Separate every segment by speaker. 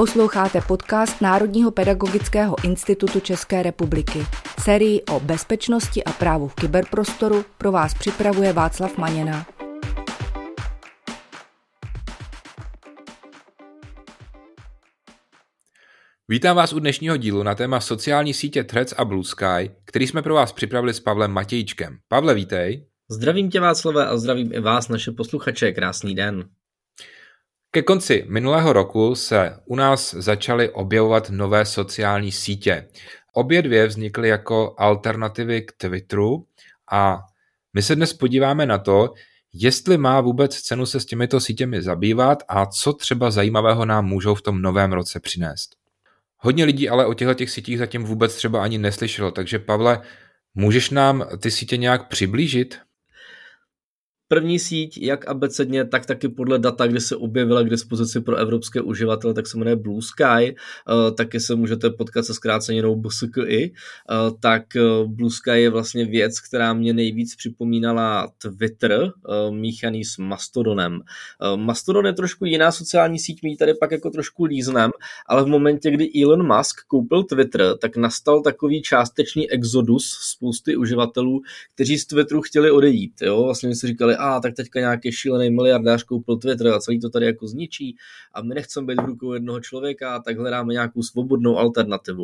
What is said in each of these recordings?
Speaker 1: Posloucháte podcast Národního pedagogického institutu České republiky. Sérii o bezpečnosti a právu v kyberprostoru pro vás připravuje Václav Maněna.
Speaker 2: Vítám vás u dnešního dílu na téma sociální sítě Threads a Blue Sky, který jsme pro vás připravili s Pavlem Matějčkem. Pavle, vítej.
Speaker 3: Zdravím tě, Václave, a zdravím i vás, naše posluchače. Krásný den.
Speaker 2: Ke konci minulého roku se u nás začaly objevovat nové sociální sítě. Obě dvě vznikly jako alternativy k Twitteru a my se dnes podíváme na to, jestli má vůbec cenu se s těmito sítěmi zabývat a co třeba zajímavého nám můžou v tom novém roce přinést. Hodně lidí ale o těchto sítích zatím vůbec třeba ani neslyšelo, takže Pavle, můžeš nám ty sítě nějak přiblížit?
Speaker 3: První síť, jak abecedně, tak taky podle data, kde se objevila k dispozici pro evropské uživatele, tak se jmenuje Blue Sky, taky se můžete potkat se zkráceninou BSKI, tak Blue Sky je vlastně věc, která mě nejvíc připomínala Twitter, míchaný s Mastodonem. Mastodon je trošku jiná sociální síť, my ji tady pak jako trošku líznem, ale v momentě, kdy Elon Musk koupil Twitter, tak nastal takový částečný exodus spousty uživatelů, kteří z Twitteru chtěli odejít. Jo? Vlastně si říkali, tak teďka nějaký šílený miliardář koupil Twitter a celý to tady jako zničí a my nechceme být v rukou jednoho člověka, tak hledáme nějakou svobodnou alternativu.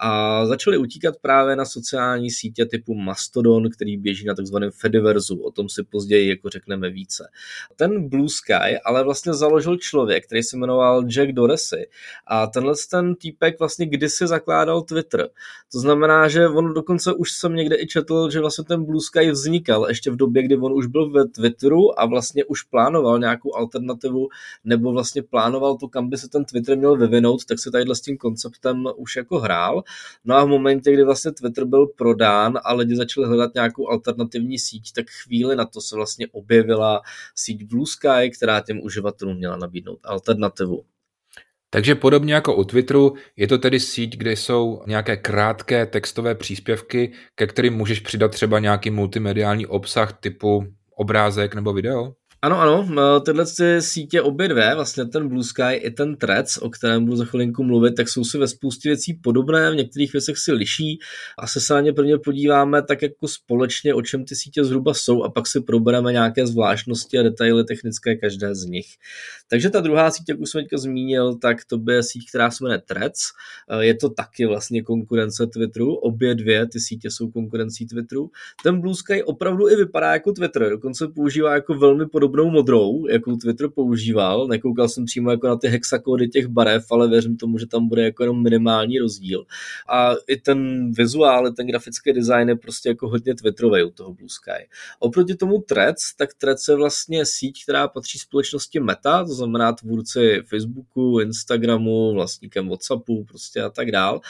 Speaker 3: A začali utíkat právě na sociální sítě typu Mastodon, který běží na takzvaném Fediverzu, o tom si později jako řekneme více. Ten Blue Sky ale vlastně založil člověk, který se jmenoval Jack Dorsey a ten týpek vlastně kdysi zakládal Twitter. To znamená, že on dokonce už jsem někde i četl, že vlastně ten Blue Sky vznikal ještě v době, kdy on už byl ve Twitteru a vlastně už plánoval nějakou alternativu nebo vlastně plánoval to, kam by se ten Twitter měl vyvinout, tak se tadyhle s tím konceptem už jako hrál. No a v momentě, kdy vlastně Twitter byl prodán a lidi začali hledat nějakou alternativní síť, tak chvíli na to se vlastně objevila síť Blue Sky, která těm uživatelům měla nabídnout alternativu.
Speaker 2: Takže podobně jako u Twitteru, je to tedy síť, kde jsou nějaké krátké textové příspěvky, ke kterým můžeš přidat třeba nějaký multimediální obsah typu obrázek nebo video?
Speaker 3: Ano, tyhle sítě obě dvě, vlastně ten Blue Sky i ten Threads, o kterém budu za chvilinku mluvit, tak jsou si ve spoustě věcí podobné, v některých věcech si liší. Asi se na ně prvně podíváme tak jako společně, o čem ty sítě zhruba jsou a pak si probereme nějaké zvláštnosti a detaily technické každé z nich. Takže ta druhá síť, jak už jsem teďka zmínil, tak to je síť, která se jmenuje Threads. Je to taky vlastně konkurence Twitteru, obě dvě ty sítě jsou konkurencí Twitteru. Ten Blue Sky opravdu i vypadá jako Twitter, dokonce používá jako velmi podobnou modrou, jakou Twitter používal. Nekoukal jsem přímo jako na ty hexakódy těch barev, ale věřím tomu, že tam bude jako jenom minimální rozdíl. A i ten vizuál, ten grafický design je prostě jako hodně Twitterový u toho Blue Sky. Oproti tomu Threads, tak Threads je vlastně síť, která patří společnosti Meta, to znamená tvůrci Facebooku, Instagramu, vlastníkem WhatsAppu prostě a tak dál.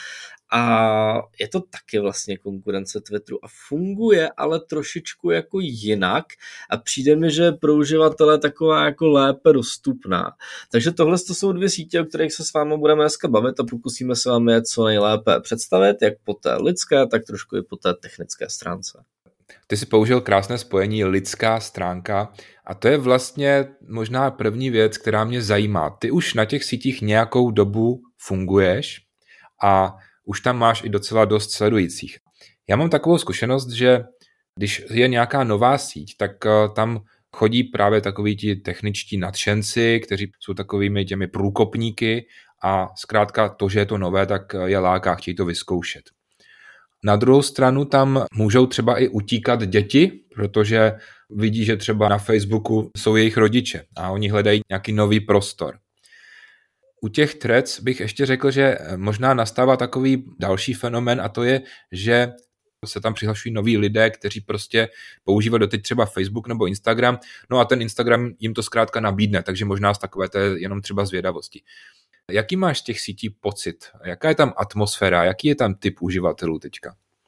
Speaker 3: A je to taky vlastně konkurence Twitteru a funguje ale trošičku jako jinak a přijde mi, že pro uživatele taková jako lépe dostupná. Takže tohle to jsou dvě sítě, o kterých se s vámi budeme dneska bavit a pokusíme se vám je co nejlépe představit, jak po té lidské, tak trošku i po té technické stránce.
Speaker 2: Ty jsi použil krásné spojení lidská stránka a to je vlastně možná první věc, která mě zajímá. Ty už na těch sítích nějakou dobu funguješ a už tam máš i docela dost sledujících. Já mám takovou zkušenost, že když je nějaká nová síť, tak tam chodí právě takoví ti techničtí nadšenci, kteří jsou takovými těmi průkopníky a zkrátka to, že je to nové, tak je láká, chtějí to vyzkoušet. Na druhou stranu tam můžou třeba i utíkat děti, protože vidí, že třeba na Facebooku jsou jejich rodiče a oni hledají nějaký nový prostor. U těch Threads bych ještě řekl, že možná nastává takový další fenomén a to je, že se tam přihlašují noví lidé, kteří prostě používají doteď třeba Facebook nebo Instagram, no a ten Instagram jim to zkrátka nabídne, takže možná z takové to je jenom třeba zvědavosti. Jaký máš z těch sítí pocit? Jaká je tam atmosféra? Jaký je tam typ uživatelů teďka?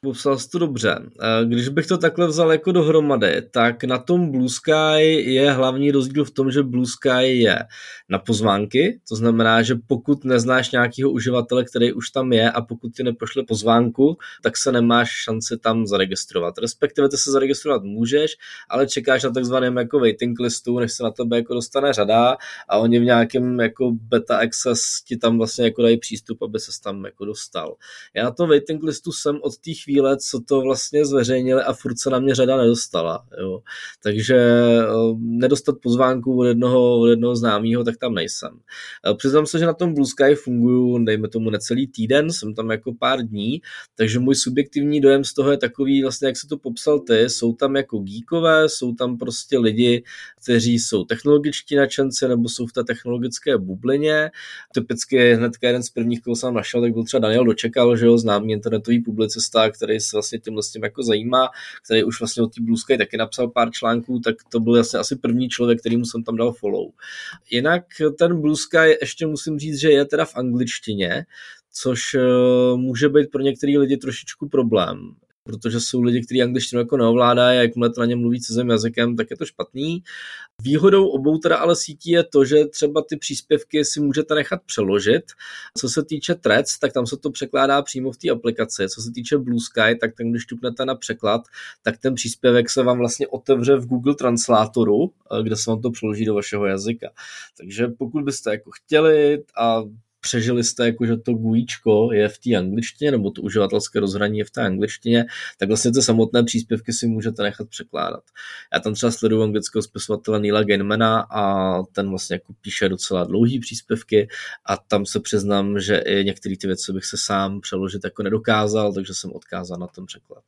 Speaker 3: Popsal jsi to dobře. Když bych to takhle vzal jako dohromady, tak na tom Blue Sky je hlavní rozdíl v tom, že Blue Sky je na pozvánky, to znamená, že pokud neznáš nějakého uživatele, který už tam je a pokud ti nepošle pozvánku, tak se nemáš šanci tam zaregistrovat. Respektive ty se zaregistrovat můžeš, ale čekáš na takzvaném jako waiting listu, než se na tebe jako dostane řada a oni v nějakém jako beta access ti tam vlastně jako dají přístup, aby ses tam jako dostal. Já na tom waiting listu jsem od té chvíle, co to vlastně zveřejnili a furt se na mě řada nedostala. Jo. Takže nedostat pozvánku od jednoho známého, tak tam nejsem. Přiznám se, že na tom Blue Sky funguju, dejme tomu necelý týden, jsem tam jako pár dní, takže můj subjektivní dojem z toho je takový, vlastně jak se to popsal ty, jsou tam jako geekové, jsou tam prostě lidi, kteří jsou technologičtí nadšenci nebo jsou v té technologické bublině. Typicky hnedka jeden z prvních, koho jsem našel, tak byl třeba Daniel Dočekal, že jo, známý internetový publicista, který se vlastně tímhle s tím jako zajímá, který už vlastně od té Blue Sky taky napsal pár článků, tak to byl vlastně asi první člověk, kterýmu jsem tam dal follow. Jinak ten Blue Sky ještě musím říct, že je teda v angličtině, což může být pro některý lidi trošičku problém, protože jsou lidi, kteří angličtinu jako neovládají a jakmile to na ně mluví cizím jazykem, tak je to špatný. Výhodou obou teda ale sítí je to, že třeba ty příspěvky si můžete nechat přeložit. Co se týče Threads, tak tam se to překládá přímo v té aplikaci. Co se týče Blue Sky, tak tam, když ťuknete na překlad, tak ten příspěvek se vám vlastně otevře v Google Translatoru, kde se vám to přeloží do vašeho jazyka. Takže pokud byste jako chtěli a přežili jste, jako, že to GUIčko je v té angličtině, nebo to uživatelské rozhraní je v té angličtině, tak vlastně ty samotné příspěvky si můžete nechat překládat. Já tam třeba sleduju anglického spisovatele Neila Gainmana a ten vlastně jako píše docela dlouhý příspěvky a tam se přiznám, že i některé ty věci bych se sám přeložit jako nedokázal, takže jsem odkázal na ten překlad.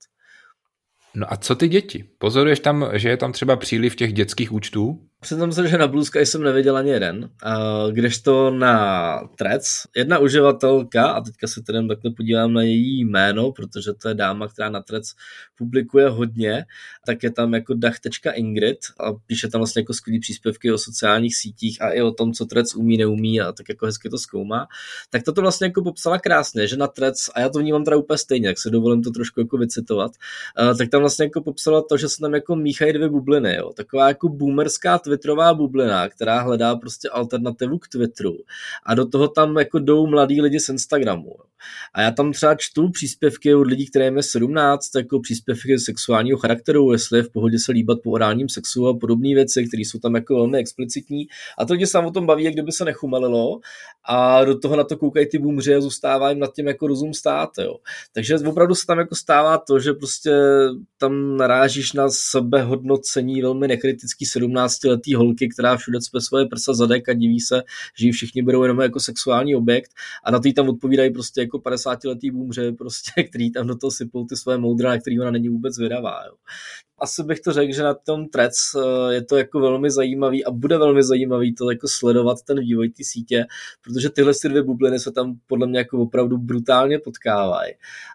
Speaker 2: No a co ty děti? Pozoruješ tam, že je tam třeba příliv těch dětských účtů?
Speaker 3: Přiznám se, že na Blue Sky jsem neviděl ani jeden, kdežto na Threads jedna uživatelka, a teďka se tedy takhle podívám na její jméno, protože to je dáma, která na Threads publikuje hodně, tak je tam jako dach.ingrid a píše tam vlastně jako skvělý příspěvky o sociálních sítích a i o tom, co Threads umí, neumí a tak jako hezky to zkoumá. Tak to vlastně jako popsala krásně, že na Threads, a já to vnímám teda úplně stejně, jak se dovolím to trošku jako vycitovat, tak tam vlastně jako popsala to, že se tam jako míchají dvě bubliny, jo. Taková jako boomerská twitterová bublina, která hledá prostě alternativu k Twitteru a do toho tam jako jdou mladí lidi z Instagramu. A já tam třeba čtu příspěvky od lidí, kterým je 17, jako příspěvky sexuálního charakteru, jestli je v pohodě se líbat po orálním sexu a podobné věci, které jsou tam jako velmi explicitní. A to lidi se o tom baví, jak kdyby se nechumelilo a do toho na to koukají ty boomři a zůstává jim nad tím jako rozum stát. Jo. Takže opravdu se tam jako stává to, že prostě tam narážíš na sebehodnocení velmi nekritický 17letý holky, která všude cpe svoje prsa zadek a diví se, že ji všichni berou jenom jako sexuální objekt a na tý tam odpovídají prostě jako 50letý boomři, prostě, který tam do toho sypou ty své moudra, na který ona není vůbec vydavá. Jo. Asi bych to řekl, že na tom Threads je to jako velmi zajímavý a bude velmi zajímavý to jako sledovat ten vývoj té sítě, protože tyhle dvě bubliny se tam podle mě jako opravdu brutálně potkávají.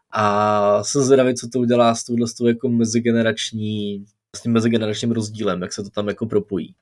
Speaker 3: A jsem zvědavý, co to udělá s touhle jako s tím mezigeneračním rozdílem, jak se to tam jako propojí.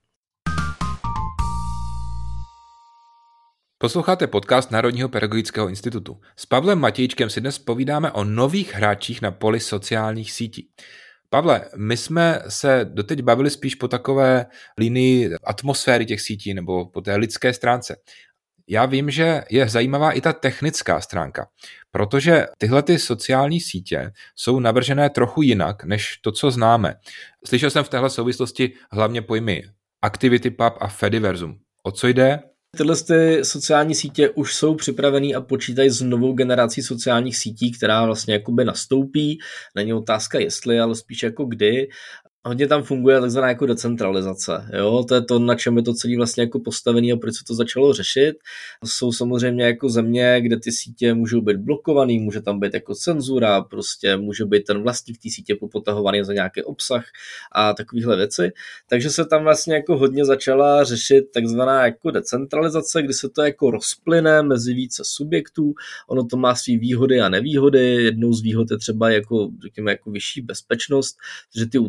Speaker 2: Posloucháte podcast Národního pedagogického institutu. S Pavlem Matějčkem si dnes povídáme o nových hráčích na poli sociálních sítí. Pavle, my jsme se doteď bavili spíš po takové linii atmosféry těch sítí nebo po té lidské stránce. Já vím, že je zajímavá i ta technická stránka, protože tyhle ty sociální sítě jsou navržené trochu jinak, než to, co známe. Slyšel jsem v téhle souvislosti hlavně pojmy ActivityPub a Fediverzum. O co jde?
Speaker 3: Tyhle sociální sítě už jsou připravený a počítají s novou generací sociálních sítí, která vlastně jakoby nastoupí. Není otázka jestli, ale spíš jako kdy. Hodně tam funguje takzvaná jako decentralizace. Jo? To je to, na čem je to celý vlastně jako postavený a proč se to začalo řešit. Jsou samozřejmě jako země, kde ty sítě můžou být blokovaný, může tam být jako cenzura, prostě může být ten vlastník té sítě popotahovaný za nějaký obsah a takovéhle věci. Takže se tam vlastně jako hodně začala řešit takzvaná jako decentralizace, kdy se to jako rozplyne mezi více subjektů. Ono to má svý výhody a nevýhody. Jednou z výhod je třeba jako, řekněme, jako vyšší bezpečnost, že ty útočníci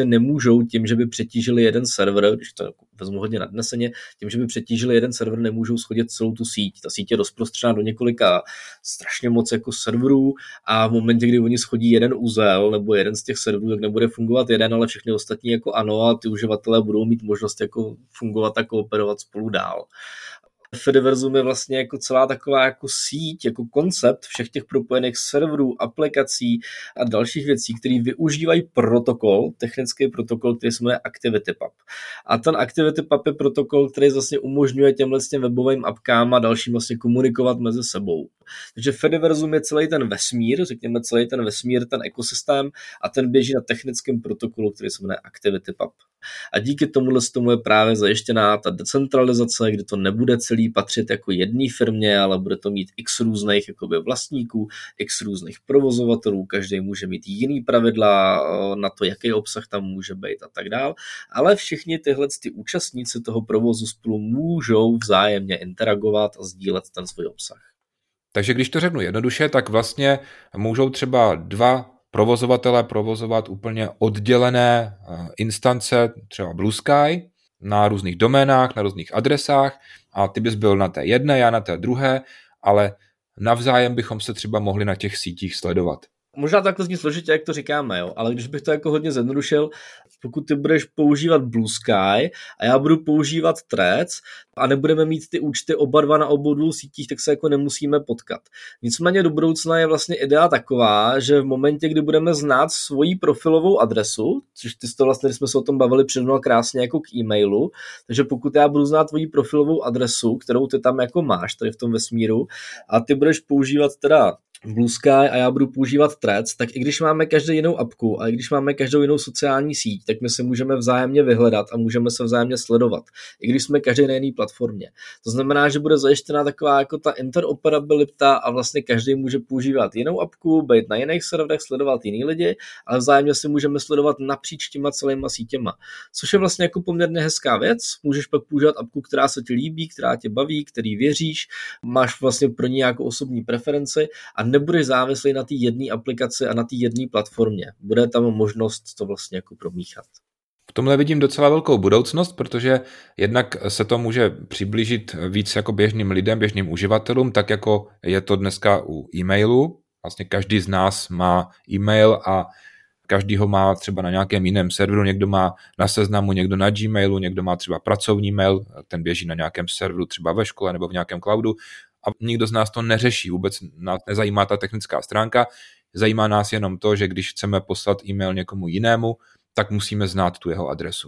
Speaker 3: vlastně nemůžou tím, že by přetížili jeden server, když to vezmu hodně nadneseně, tím, že by přetížili jeden server, nemůžou schodit celou tu síť. Ta síť je rozprostřená do několika strašně moc jako serverů a v momentě, kdy oni schodí jeden uzel nebo jeden z těch serverů, tak nebude fungovat jeden, ale všechny ostatní jako ano a ty uživatelé budou mít možnost jako fungovat a kooperovat spolu dál. Fediverzum je vlastně jako celá taková jako síť, jako koncept všech těch propojených serverů, aplikací a dalších věcí, které využívají protokol, technický protokol, který se jmenuje ActivityPub. A ten ActivityPub je protokol, který vlastně umožňuje těm webovým apkám a dalším vlastně komunikovat mezi sebou. Takže Fediverzum je celý ten vesmír, řekněme celý ten vesmír, ten ekosystém a ten běží na technickém protokolu, který se jmenuje ActivityPub. A díky tomu je právě zajištěná ta decentralizace, kdy to nebude celý patřit jako jedné firmě, ale bude to mít x různých jakoby vlastníků, x různých provozovatelů, každý může mít jiný pravidla na to, jaký obsah tam může být a tak dál, ale všichni tyhle účastníci toho provozu spolu můžou vzájemně interagovat a sdílet ten svůj obsah.
Speaker 2: Takže když to řeknu jednoduše, tak vlastně můžou třeba dva provozovatelé provozovat úplně oddělené instance, třeba Blue Sky, na různých doménách, na různých adresách a ty bys byl na té jedné, já na té druhé, ale navzájem bychom se třeba mohli na těch sítích sledovat.
Speaker 3: Možná takhle zní složitě, jak to říkáme, jo? Ale když bych to jako hodně zjednodušil, pokud ty budeš používat Blue Sky a já budu používat Threads a nebudeme mít ty účty oba dva na obou dvou sítích, tak se jako nemusíme potkat. Nicméně do budoucna je vlastně idea taková, že v momentě, kdy budeme znát svoji profilovou adresu, což ty to vlastně, když jsme se o tom bavili, přirovnal krásně jako k e-mailu, takže pokud já budu znát tvoji profilovou adresu, kterou ty tam jako máš tady v tom vesmíru a ty budeš používat teda Blue Sky a já budu používat Threads, tak i když máme každou jinou apku a i když máme každou jinou sociální síť, tak my se můžeme vzájemně vyhledat a můžeme se vzájemně sledovat, i když jsme každý na jiné platformě. To znamená, že bude zajištěná taková jako ta interoperabilita a vlastně každý může používat jinou apku, být na jiných serverech, sledovat jiný lidi, ale vzájemně si můžeme sledovat napříč těma celýma sítěma. Což je vlastně jako poměrně hezká věc. Můžeš pak používat apku, která se ti líbí, která tě baví, který věříš, máš vlastně pro ní jako osobní preferenci a nebudeš závislý na té jedné aplikaci a na té jedné platformě. Bude tam možnost to vlastně jako promíchat.
Speaker 2: V tomhle vidím docela velkou budoucnost, protože jednak se to může přiblížit víc jako běžným lidem, běžným uživatelům, tak jako je to dneska u e-mailu. Vlastně každý z nás má e-mail a každý ho má třeba na nějakém jiném serveru, někdo má na Seznamu, někdo na Gmailu, někdo má třeba pracovní mail, ten běží na nějakém serveru, třeba ve škole nebo v nějakém cloudu. A nikdo z nás to neřeší, vůbec nás nezajímá ta technická stránka, zajímá nás jenom to, že když chceme poslat e-mail někomu jinému, tak musíme znát tu jeho adresu.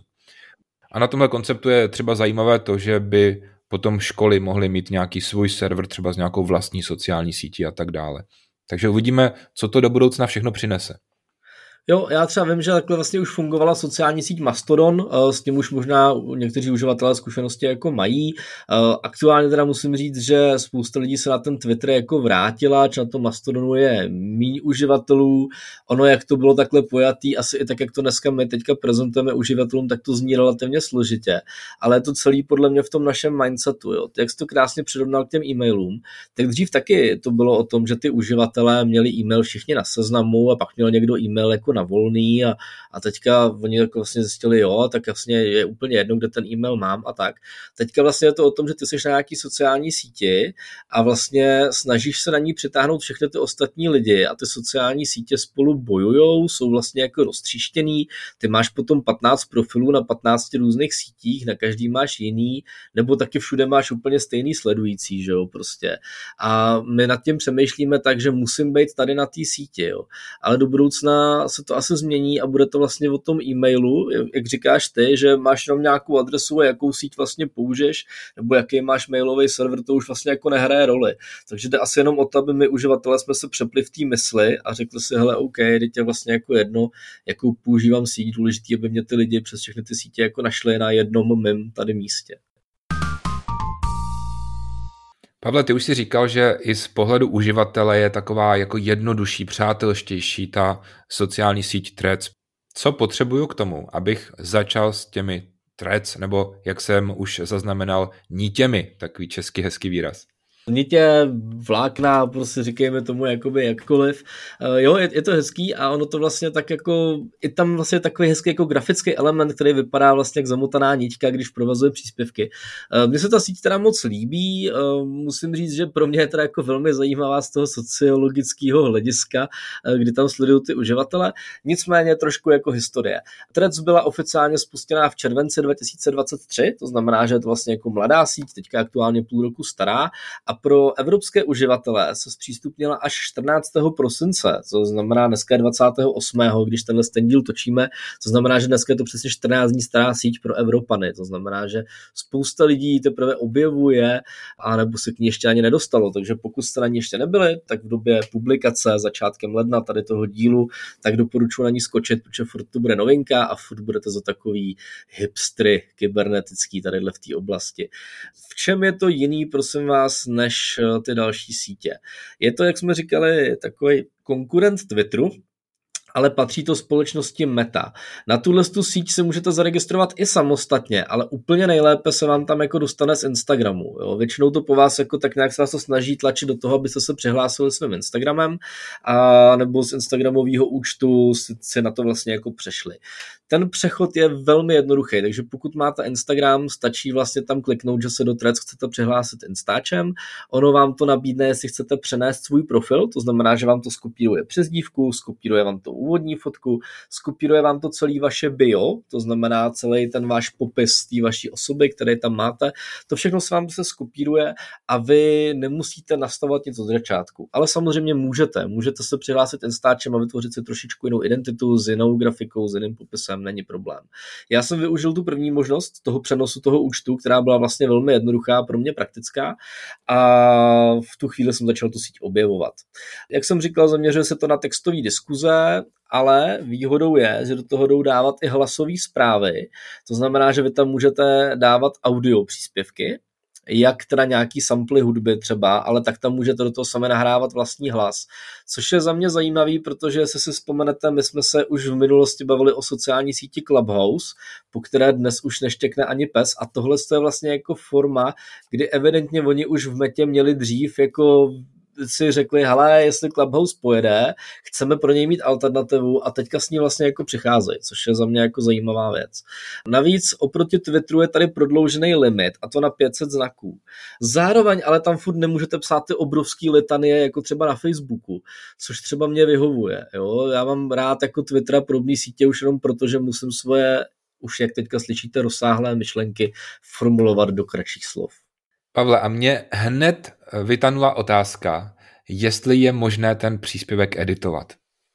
Speaker 2: A na tomhle konceptu je třeba zajímavé to, že by potom školy mohly mít nějaký svůj server, třeba s nějakou vlastní sociální sítí a tak dále. Takže uvidíme, co to do budoucna všechno přinese.
Speaker 3: Jo, já třeba vím, že takhle vlastně už fungovala sociální síť Mastodon, s tím už možná někteří uživatelé zkušenosti jako mají. Aktuálně teda musím říct, že spousta lidí se na ten Twitter jako vrátila, že na tom Mastodonu je míň uživatelů. Ono, jak to bylo takhle pojatý, asi i tak, jak to dneska my teďka prezentujeme uživatelům, tak to zní relativně složitě. Ale je to celý podle mě v tom našem mindsetu. Jo. Jak jsi to krásně přirovnal k těm e-mailům, tak dřív taky to bylo o tom, že ty uživatelé měli e-mail všichni na Seznamu a pak měl někdo e-mail jako na volný a teďka oni jako vlastně zjistili, jo, tak vlastně je úplně jedno, kde ten e-mail mám a tak. Teďka vlastně je to o tom, že ty jsi na nějaký sociální síti a vlastně snažíš se na ní přitáhnout všechny ty ostatní lidi a ty sociální sítě spolu bojujou, jsou vlastně jako roztříštěný, ty máš potom 15 profilů na 15 různých sítích, na každý máš jiný, nebo taky všude máš úplně stejný sledující, že jo, prostě. A my nad tím přemýšlíme tak, že musím být tady na té síti, jo. Ale do budoucna se to asi změní a bude to vlastně o tom e-mailu, jak říkáš ty, že máš jenom nějakou adresu a jakou síť vlastně použiješ, nebo jaký máš mailový server, to už vlastně jako nehraje roli. Takže jde asi jenom o to, aby my uživatelé jsme se přepli v té mysli a řekli si, hele, OK, teď je vlastně jako jedno, jakou používám síť, důležitý, aby mě ty lidi přes všechny ty sítě jako našli na jednom mým tady místě.
Speaker 2: Pavle, ty už si říkal, že i z pohledu uživatele je taková jako jednodušší, přátelštější ta sociální síť Threads. Co potřebuju k tomu, abych začal s těmi Threads, nebo jak jsem už zaznamenal, nítěmi, takový český hezký výraz?
Speaker 3: nitě, vlákna, prostě říkejme tomu jakoby jakkoliv. Jo, je to hezký a ono to vlastně tak jako, je tam vlastně takový hezký jako grafický element, který vypadá vlastně jak zamotaná niťka, když provazuje příspěvky. Mně se ta síť teda moc líbí, musím říct, že pro mě je teda jako velmi zajímavá z toho sociologického hlediska, kdy tam sledují ty uživatele. Nicméně trošku jako historie. Threads byla oficiálně spuštěná v červenci 2023, to znamená, že je to vlastně jako mladá síť, teďka aktuálně půl roku stará, a pro evropské uživatele se zpřístupnila až 14. prosince, to znamená dneska je 28., když tenhle díl točíme, to znamená, že dneska je to přesně 14 dní stará síť pro Evropany, to znamená, že spousta lidí teprve objevuje, anebo se k ní ještě ani nedostalo, takže pokud jste na ní ještě nebyli, tak v době publikace začátkem ledna tady toho dílu, tak doporučuji na ní skočit, protože furt to bude novinka a furt budete za takový hipstry kybernetický tadyhle v té oblasti. V čem je to jiný, prosím vás, než ty další sítě? Je to, jak jsme říkali, takový konkurent Twitteru, ale patří to společnosti Meta. Na tuhle síť se můžete zaregistrovat i samostatně, ale úplně nejlépe se vám tam jako dostane z Instagramu. Jo? Většinou to po vás jako tak nějak se vás to snaží tlačit do toho, abyste se přihlásili svým Instagramem a nebo z Instagramového účtu si na to vlastně jako přešli. Ten přechod je velmi jednoduchý, takže pokud máte Instagram, stačí vlastně tam kliknout, že se do Threads chcete přihlásit Instačem, ono vám to nabídne, jestli chcete přenést svůj profil, to znamená, že vám to skopíruje přezdívku, skopíruje vám to úvodní fotku, skopíruje vám to celý vaše bio, to znamená celý ten váš popis té vaší osoby, který tam máte, to všechno se vám se skopíruje a vy nemusíte nastavovat něco z začátku, ale samozřejmě můžete se přihlásit Instačem a vytvořit si trošičku jinou identitu s jinou grafikou, s jiným popisem, není problém. Já jsem využil tu první možnost toho přenosu toho účtu, která byla vlastně velmi jednoduchá, pro mě praktická a v tu chvíli jsem začal tu síť objevovat. Jak jsem říkal, zaměřuje se to na textové diskuze, ale výhodou je, že do toho jdou dávat i hlasové zprávy, to znamená, že vy tam můžete dávat audio příspěvky, jak teda nějaký samply hudby třeba, ale tak tam můžete do toho sami nahrávat vlastní hlas, což je za mě zajímavý, protože jestli si vzpomenete, my jsme se už v minulosti bavili o sociální síti Clubhouse, po které dnes už neštěkne ani pes a tohle je vlastně jako forma, kdy evidentně oni už v Metě měli dřív jako si řekli, hele, jestli Clubhouse pojede, chceme pro něj mít alternativu a teďka s ní vlastně jako přicházejí, což je za mě jako zajímavá věc. Navíc oproti Twitteru je tady prodloužený limit a to na 500 znaků. Zároveň ale tam furt nemůžete psát ty obrovský litanie jako třeba na Facebooku, což třeba mě vyhovuje. Jo? Já mám rád jako Twitter a podobné sítě už jenom proto, že musím svoje, už jak teďka slyšíte, rozsáhlé myšlenky formulovat do kratších slov.
Speaker 2: Pavle, a mě hned vytanula otázka, jestli je možné ten příspěvek editovat.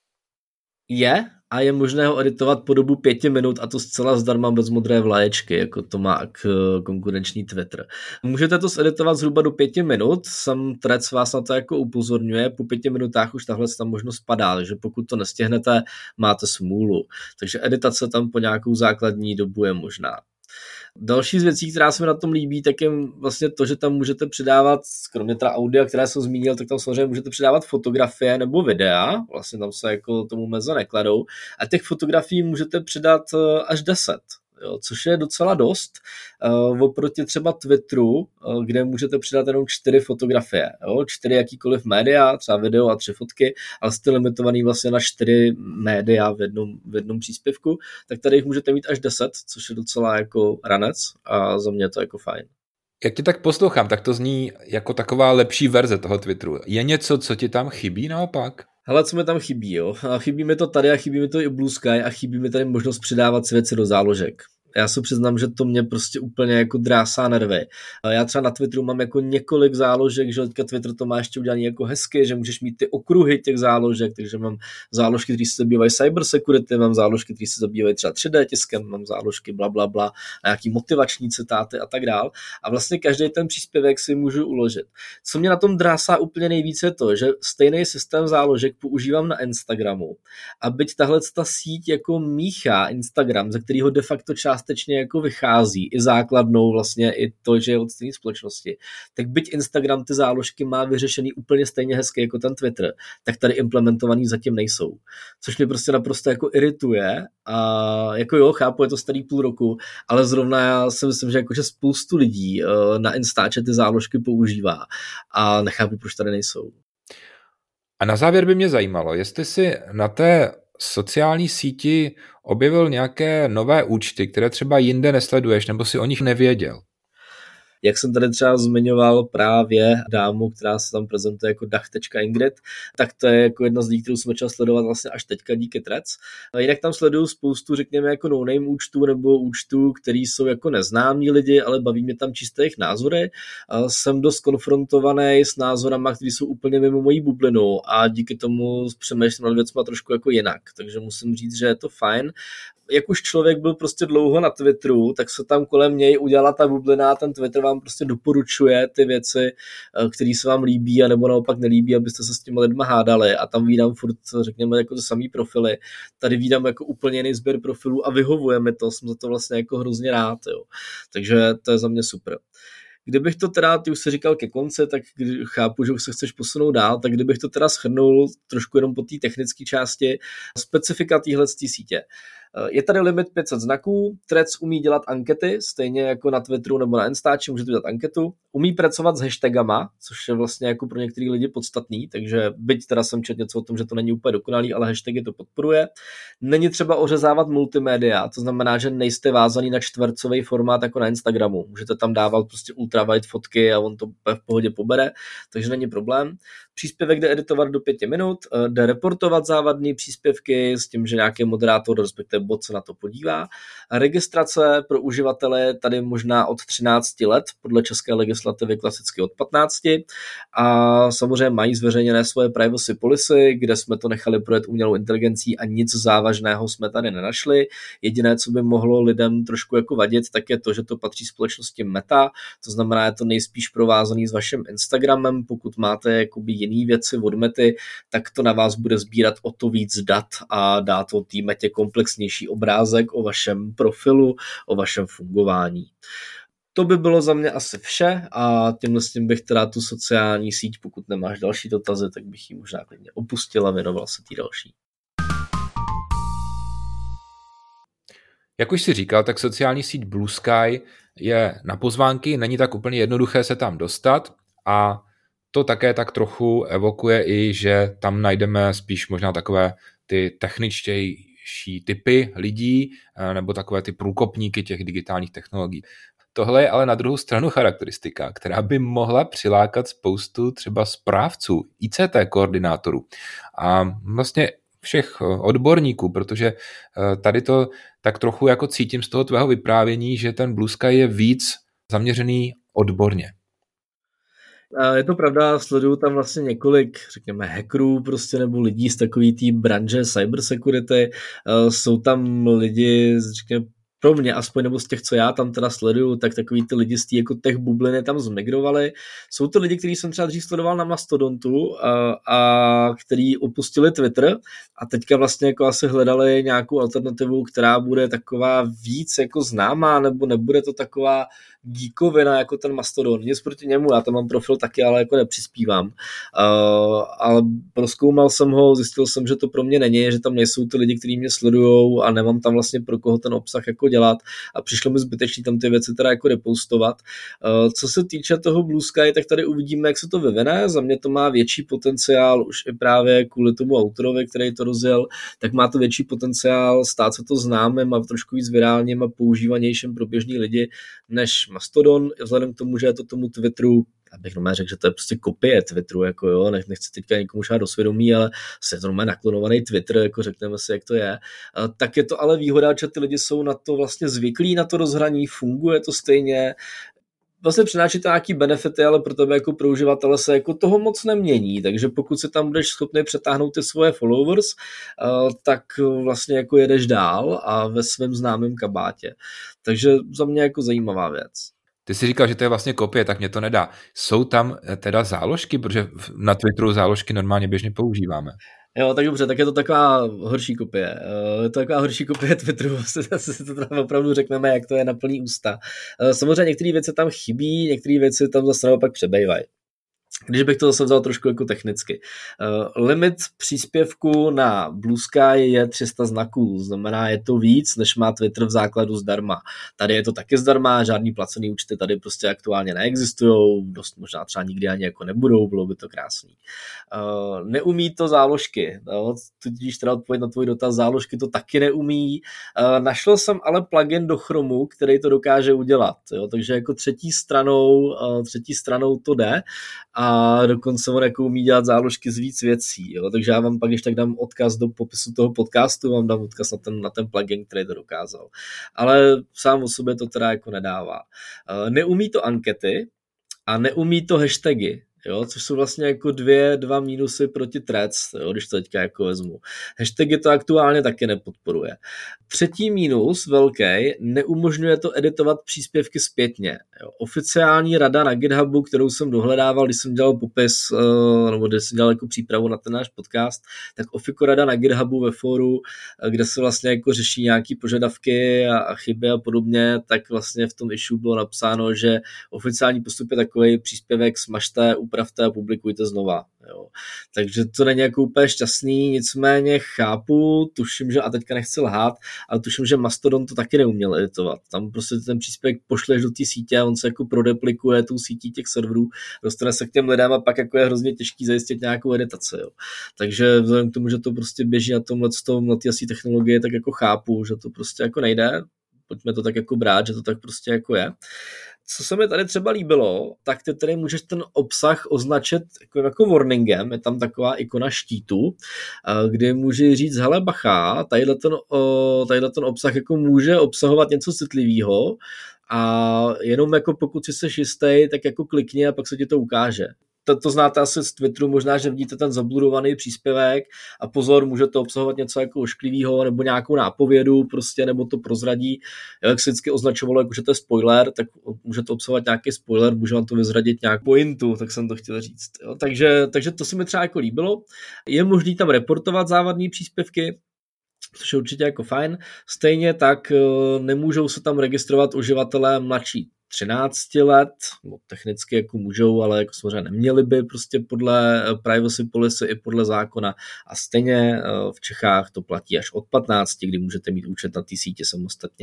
Speaker 3: Je a je možné ho editovat po dobu 5 minut a to zcela zdarma bez modré vlaječky, jako to má konkurenční Twitter. Můžete to editovat zhruba do 5 minut, sam Threads vás na to jako upozorňuje, po 5 minutách už tahle tam možnost padá, takže pokud to nestihnete, máte smůlu. Takže editace tam po nějakou základní dobu je možná. Další z věcí, která se mi na tom líbí, tak je vlastně to, že tam můžete přidávat, kromě teda audia, které jsem zmínil, tak tam samozřejmě můžete přidávat fotografie nebo videa, vlastně tam se jako tomu meze nekladou a těch fotografií můžete přidat až 10. Jo, což je docela dost, oproti třeba Twitteru, kde můžete přidat jenom 4 fotografie, jo, 4 jakýkoliv média, třeba video a 3 fotky, ale jste limitovaný vlastně na 4 média v jednom příspěvku, tak tady jich můžete mít až 10, což je docela jako ranec a za mě to jako fajn.
Speaker 2: Jak tě tak poslouchám, tak to zní jako taková lepší verze toho Twitteru. Je něco, co ti tam chybí naopak?
Speaker 3: Hele, co mi tam chybí, jo? A chybí mi to tady a chybí mi to i Blue Sky a chybí mi tady možnost přidávat si věci do záložek. Já se přiznám, že to mě prostě úplně jako drásá nervy. Já třeba na Twitteru mám jako několik záložek, že teďka Twitter to má ještě udělané jako hezky, že můžeš mít ty okruhy těch záložek, takže mám záložky, které se zabývají cybersecurity, mám záložky, které se zabývají třeba 3D tiskem, mám záložky blablabla, a nějaký motivační citáty a tak dál. A vlastně každý ten příspěvek si můžu uložit. Co mě na tom drásá úplně nejvíce je to, že stejný systém záložek používám na Instagramu. A byť tahle ta síť jako míchá Instagram, ze kterého de facto část částečně jako vychází, i základnou vlastně, i to, že je od stejné společnosti, tak byť Instagram ty záložky má vyřešený úplně stejně hezky jako ten Twitter, tak tady implementovaný zatím nejsou. Což mě prostě naprosto jako irituje a jako jo, chápu, je to starý půl roku, ale zrovna já si myslím, že jakože spoustu lidí na Instače ty záložky používá a nechápu, proč tady nejsou.
Speaker 2: A na závěr by mě zajímalo, jestli si na té sociální síti objevil nějaké nové účty, které třeba jinde nesleduješ, nebo si o nich nevěděl.
Speaker 3: Jak jsem tady třeba zmiňoval právě dámu, která se tam prezentuje jako Dach.Ingrid, tak to je jako jedna z lidí, kterou jsem začal sledovat vlastně až teďka díky Threads. Jinak tam sleduju spoustu, řekněme, jako no-name účtů nebo účtů, který jsou jako neznámí lidi, ale baví mě tam čisté jejich názory. Jsem dost konfrontovaný s názorama, které jsou úplně mimo mojí bublinu a díky tomu přemýšlím nad věcma trošku jako jinak. Takže musím říct, že je to fajn. Jak už člověk byl prostě dlouho na Twitteru, tak se tam kolem něj udělala ta bublina a ten Twitter vám prostě doporučuje ty věci, které se vám líbí a nebo naopak nelíbí, abyste se s těmi lidma hádali a tam vídám furt, řekněme, jako ty samý profily. Tady vídám jako úplně jiný sběr profilů a vyhovuje mi to, jsem za to vlastně jako hrozně rád, jo. Takže to je za mě super. Kdybych to teda, ty už jsi říkal ke konci, tak chápu, že už se chceš posunout dál, tak kdybych to teda shrnul trošku jenom po té technické části, specifika téhletý sítě. Je tady limit 500 znaků, Threads umí dělat ankety, stejně jako na Twitteru nebo na Instači můžete dělat anketu, umí pracovat s hashtagama, což je vlastně jako pro některý lidi podstatný, takže byť teda jsem četl něco o tom, že to není úplně dokonalý, ale hashtagy to podporuje. Není třeba ořezávat multimédia, to znamená, že nejste vázaný na čtvercový formát jako na Instagramu, můžete tam dávat prostě ultrawide fotky a on to v pohodě pobere, takže není problém. Příspěvek jde editovat do 5 minut, jde reportovat závadné příspěvky s tím, že nějaký moderátor, respektive bot se na to podívá. Registrace pro uživatele tady možná od 13 let, podle české legislativy klasicky od 15. A samozřejmě mají zveřejněné svoje privacy policy, kde jsme to nechali projet umělou inteligencí a nic závažného jsme tady nenašli. Jediné, co by mohlo lidem trošku jako vadit, tak je to, že to patří společnosti Meta, to znamená, je to nejspíš provázaný s vaším Instagramem, pokud máte jakoby jiný věci od Mety, tak to na vás bude sbírat o to víc dat a dá to té Metě komplexnější obrázek o vašem profilu, o vašem fungování. To by bylo za mě asi vše a tímhle s tím bych teda tu sociální síť, pokud nemáš další dotazy, tak bych ji možná klidně opustil a věnoval se tý další.
Speaker 2: Jak už si říkal, tak sociální síť Blue Sky je na pozvánky, není tak úplně jednoduché se tam dostat a to také tak trochu evokuje i, že tam najdeme spíš možná takové ty techničtější typy lidí nebo takové ty průkopníky těch digitálních technologií. Tohle je ale na druhou stranu charakteristika, která by mohla přilákat spoustu třeba správců, ICT koordinátorů a vlastně všech odborníků, protože tady to tak trochu jako cítím z toho tvého vyprávění, že ten Blue Sky je víc zaměřený odborně.
Speaker 3: Je to pravda, sleduju tam vlastně několik, řekněme, hackerů prostě nebo lidí z takový té branže cybersecurity. Jsou tam lidi, řekněme, pro mě aspoň, nebo z těch, co já tam teda sleduju, tak takový ty lidi z té jako tech bubliny tam zmigrovali. Jsou to lidi, kteří jsem třeba dřív sledoval na Mastodontu a který opustili Twitter a teďka vlastně jako asi hledali nějakou alternativu, která bude taková víc jako známá, nebo nebude to taková geekovina jako ten Mastodon. Nic proti němu, já tam mám profil taky, ale jako nepřispívám. Ale prozkoumal jsem ho, zjistil jsem, že to pro mě není, že tam nejsou ty lidi, kteří mě sledujou a nemám tam vlastně pro koho ten obsah jako dělat a přišlo mi zbytečný tam ty věci teda jako repostovat. Co se týče toho Blue Sky, tak tady uvidíme, jak se to vyvine. Za mě to má větší potenciál už i právě kvůli tomu autorovi, který to rozjel, tak má to větší potenciál stát se to známým a trošku víc virálním a používanějším pro běžný lidi než Mastodon, vzhledem k tomu, že je to tomu Twitteru, abych normálně řekl, že to je prostě kopie Twitteru, jako jo, nechci teďka někomu šát do svědomí, ale je to normálně naklonovaný Twitter, jako řekneme si, jak to je. Tak je to ale výhoda, že ty lidi jsou na to vlastně zvyklí, na to rozhraní, funguje to stejně, vlastně přináší to nějaký benefity, ale pro tebe jako pro uživatele se jako toho moc nemění, takže pokud si tam budeš schopný přetáhnout ty svoje followers, tak vlastně jako jedeš dál a ve svém známém kabátě. Takže za mě jako zajímavá věc.
Speaker 2: Ty jsi říkal, že to je vlastně kopie, tak mě to nedá. Jsou tam teda záložky, protože na Twitteru záložky normálně běžně používáme.
Speaker 3: Jo, tak dobře, tak je to taková horší kopie. Taková horší kopie Twitteru, si to tam opravdu řekneme, jak to je na plný ústa. Samozřejmě některé věci tam chybí, některé věci tam zase naopak přebejvají. Když bych to zase vzal trošku jako technicky. Limit příspěvku na Blue Sky je 300 znaků, znamená je to víc, než má Twitter v základu zdarma. Tady je to taky zdarma, žádný placený účty tady prostě aktuálně neexistujou, dost možná třeba nikdy ani jako nebudou, bylo by to krásný. Neumí to záložky, tudíž teda odpověď na tvůj dotaz, záložky to taky neumí. Našel jsem ale plugin do Chromu, který to dokáže udělat, jo? Takže jako třetí stranou to jde a dokonce on jako umí dělat záložky z víc věcí, jo? Takže já vám pak ještě tak dám odkaz do popisu toho podcastu, vám dám odkaz na ten plugin, který to dokázal. Ale sám o sobě to teda jako nedává. Neumí to ankety a neumí to hashtagy. Jo, což jsou vlastně jako dva mínusy proti Threads, jo, když to teďka jako vezmu. Hashtagy to aktuálně taky nepodporuje. Třetí mínus velký, neumožňuje to editovat příspěvky zpětně. Jo. Oficiální rada na GitHubu, kterou jsem dohledával, když jsem dělal popis, nebo když jsem dělal jako přípravu na ten náš podcast, tak Ofiko rada na GitHubu ve fóru, kde se vlastně jako řeší nějaký požadavky a chyby a podobně, tak vlastně v tom issue bylo napsáno, že oficiální postup je takový, příspěvek smažte, upravte a publikujte znova. Jo. Takže to není jako úplně šťastný, nicméně chápu, tuším, že, a teďka nechci lhát, ale tuším, že Mastodon to taky neuměl editovat. Tam prostě ten příspěvek pošleš do té sítě a on se jako prodeplikuje tou sítí těch serverů, dostane se k těm lidem a pak jako je hrozně těžký zajistit nějakou editaci. Jo. Takže vzhledem k tomu, že to prostě běží na té asi technologie, tak jako chápu, že to prostě jako nejde. Pojďme to tak jako brát, že to tak prostě jako je. Co se mi tady třeba líbilo, tak ty tady můžeš ten obsah označit jako warningem, je tam taková ikona štítu, kdy může říct, hele bacha, tadyhle ten obsah jako může obsahovat něco citlivého a jenom jako pokud si seš jistý, tak jako klikni a pak se ti to ukáže. To znáte asi z Twitteru, možná, že vidíte ten zablurovaný příspěvek a pozor, může to obsahovat něco jako ošklivého nebo nějakou nápovědu prostě, nebo to prozradí. Jak se vždycky označovalo, jako že to je spoiler, tak může to obsahovat nějaký spoiler, může vám to vyzradit nějakou pointu, tak jsem to chtěl říct. Jo. Takže to se mi třeba jako líbilo. Je možný tam reportovat závadné příspěvky, což je určitě jako fajn. Stejně tak nemůžou se tam registrovat uživatelé mladší 13 let, no, technicky jako můžou, ale jako samozřejmě neměli by prostě podle privacy policy i podle zákona a stejně v Čechách to platí až od 15, kdy můžete mít účet na té síti samostatně.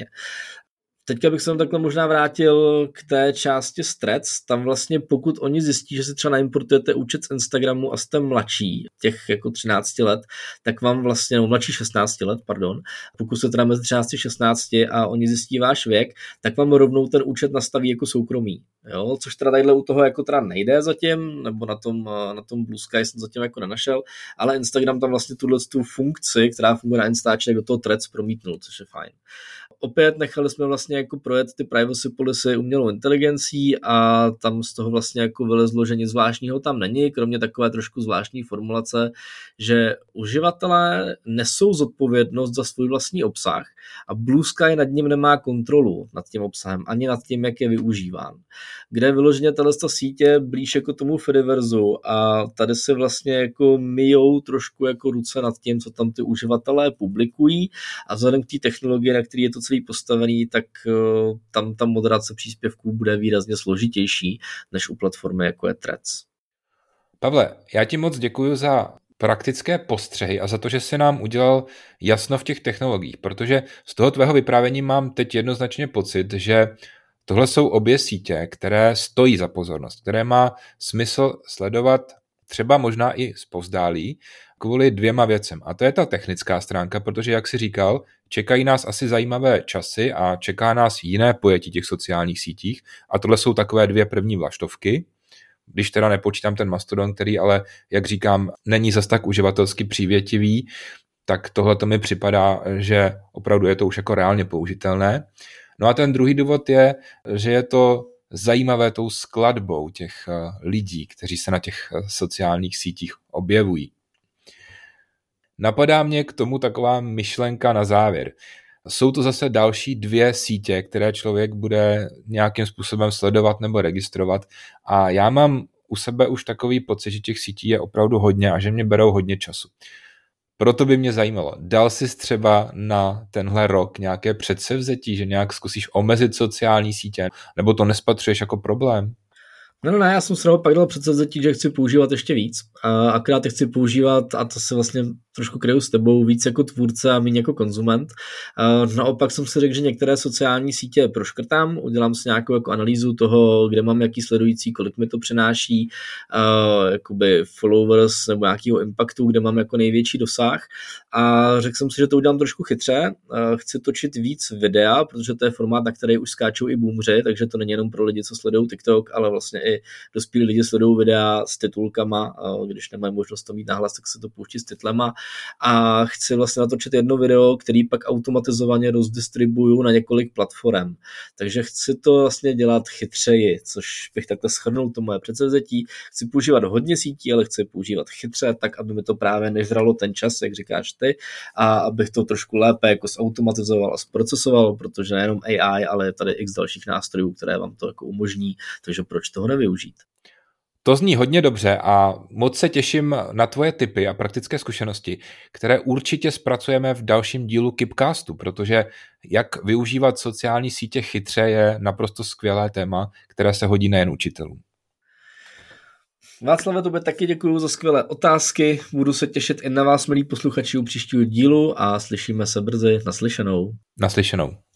Speaker 3: Teďka bych se tam takhle možná vrátil k té části z Threads. Tam vlastně pokud oni zjistí, že si třeba naimportujete účet z Instagramu a jste mladší, těch jako 13 let, tak vám vlastně, no mladší 16 let, pardon, pokud se teda mezi 13 a 16 a oni zjistí váš věk, tak vám rovnou ten účet nastaví jako soukromý. Jo? Což teda tadyhle u toho jako teda nejde zatím, nebo na tom Blue Sky jsem zatím jako nenašel, ale Instagram tam vlastně tu funkci, která funguje na Instači, do toho Threads promítnul, což je fajn. Opět nechali jsme vlastně jako projet ty privacy policy umělou inteligencí a tam z toho vlastně jako vylezlo, že nic zvláštního tam není, kromě takové trošku zvláštní formulace, že uživatelé nesou zodpovědnost za svůj vlastní obsah a Blue Sky nad ním nemá kontrolu nad tím obsahem, ani nad tím, jak je využíván. Kde vyloženě tato sítě blíž jako tomu Fediverzu a tady se vlastně jako myjou trošku jako ruce nad tím, co tam ty uživatelé publikují a vzhledem k té technologii, na který je to celý postavený, tak tam ta moderace příspěvků bude výrazně složitější než u platformy jako je Threads.
Speaker 2: Pavle, já ti moc děkuji za praktické postřehy a za to, že jsi nám udělal jasno v těch technologiích, protože z toho tvého vyprávění mám teď jednoznačně pocit, že tohle jsou obě sítě, které stojí za pozornost, které má smysl sledovat třeba možná i zpovzdálí kvůli dvěma věcem. A to je ta technická stránka, protože, jak jsi říkal, čekají nás asi zajímavé časy a čeká nás jiné pojetí těch sociálních sítích a tohle jsou takové dvě první vlaštovky. Když teda nepočítám ten Mastodon, který ale, jak říkám, není zas tak uživatelsky přívětivý, tak tohle to mi připadá, že opravdu je to už jako reálně použitelné. No a ten druhý důvod je, že je to zajímavé tou skladbou těch lidí, kteří se na těch sociálních sítích objevují. Napadá mě k tomu taková myšlenka na závěr. Jsou to zase další dvě sítě, které člověk bude nějakým způsobem sledovat nebo registrovat a já mám u sebe už takový pocit, že těch sítí je opravdu hodně a že mě berou hodně času. Proto by mě zajímalo, dal jsi třeba na tenhle rok nějaké předsevzetí, že nějak zkusíš omezit sociální sítě, nebo to nespatřuješ jako problém?
Speaker 3: No, já jsem se pak dal předsevzetí, že chci používat ještě víc. A akorát je chci používat, a to se vlastně trošku kryju s tebou, víc jako tvůrce a méně jako konzument. Naopak jsem si řekl, že některé sociální sítě proškrtám, udělám si nějakou jako analýzu toho, kde mám jaký sledující, kolik mi to přináší, jakoby followers nebo nějakého impactu, kde mám jako největší dosah. A řekl jsem si, že to udělám trošku chytře. Chci točit víc videa, protože to je formát, na který už skáčou i boomři, takže to není jenom pro lidi, co sledují TikTok, ale vlastně i dospělí lidi sledují videa s titulkama, když nemají možnost to mít nahlas, tak se to pouští s titlema. A chci vlastně natočit jedno video, který pak automatizovaně rozdistribuju na několik platform. Takže chci to vlastně dělat chytřeji, což bych takhle shrnul to moje předsevzetí. Chci používat hodně sítí, ale chci používat chytře, tak aby mi to právě nežralo ten čas, jak říkáš ty, a abych to trošku lépe jako zautomatizoval a zprocesoval, protože nejenom AI, ale je tady x dalších nástrojů, které vám to jako umožní, takže proč toho nevyužít?
Speaker 2: To zní hodně dobře a moc se těším na tvoje tipy a praktické zkušenosti, které určitě zpracujeme v dalším dílu Kipcastu, protože jak využívat sociální sítě chytře je naprosto skvělé téma, které se hodí nejen učitelům.
Speaker 3: Václave, tobě taky děkuju za skvělé otázky, budu se těšit i na vás, milí posluchači, u příštího dílu a slyšíme se brzy. Naslyšenou.
Speaker 2: Naslyšenou.